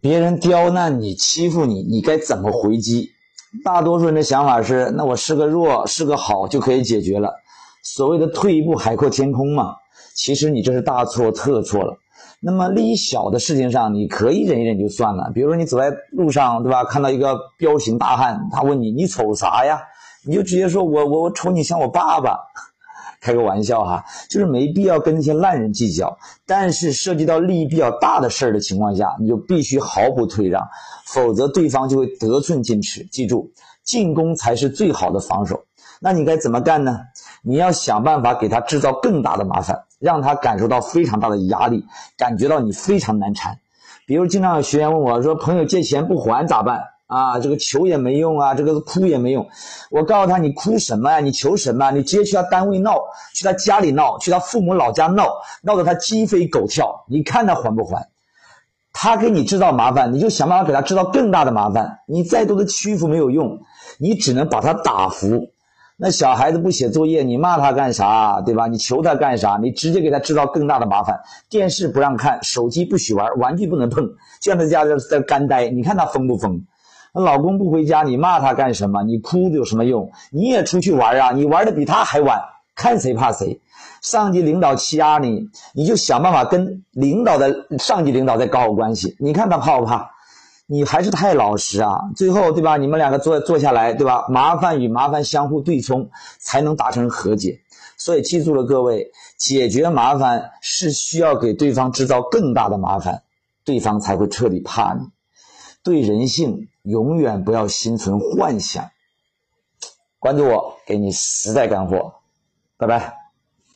别人刁难你、欺负你，你该怎么回击？大多数人的想法是，那我是个弱，是个好就可以解决了。所谓的退一步海阔天空嘛，其实你这是大错特错了。那么利益小的事情上，你可以忍一忍就算了。比如说你走在路上，对吧？看到一个彪形大汉，他问你，你瞅啥呀？你就直接说我瞅你像我爸爸。开个玩笑哈，就是没必要跟那些烂人计较。但是涉及到利益比较大的事儿的情况下，你就必须毫不退让，否则对方就会得寸进尺。记住，进攻才是最好的防守。那你该怎么干呢？你要想办法给他制造更大的麻烦，让他感受到非常大的压力，感觉到你非常难缠。比如经常有学员问我说，朋友借钱不还咋办啊？这个求也没用啊，这个哭也没用。我告诉他，你哭什么呀？你求什么？你直接去他单位闹，去他家里闹，去他父母老家闹，闹得他鸡飞狗跳，你看他还不还？他给你制造麻烦，你就想办法给他制造更大的麻烦。你再多的屈服没有用，你只能把他打服。那小孩子不写作业，你骂他干啥，对吧？你求他干啥？你直接给他制造更大的麻烦。电视不让看，手机不许玩，玩具不能碰，就让他家在干呆，你看他疯不疯？老公不回家，你骂他干什么？你哭有什么用？你也出去玩啊，你玩的比他还晚，看谁怕谁。上级领导欺压你，你就想办法跟上级领导再搞好关系，你看他怕不怕？你还是太老实啊，最后对吧？你们两个坐下来，对吧？麻烦与麻烦相互对冲，才能达成和解。所以记住了各位，解决麻烦是需要给对方制造更大的麻烦，对方才会彻底怕你。对人性永远不要心存幻想。关注我，给你实在干货。拜拜。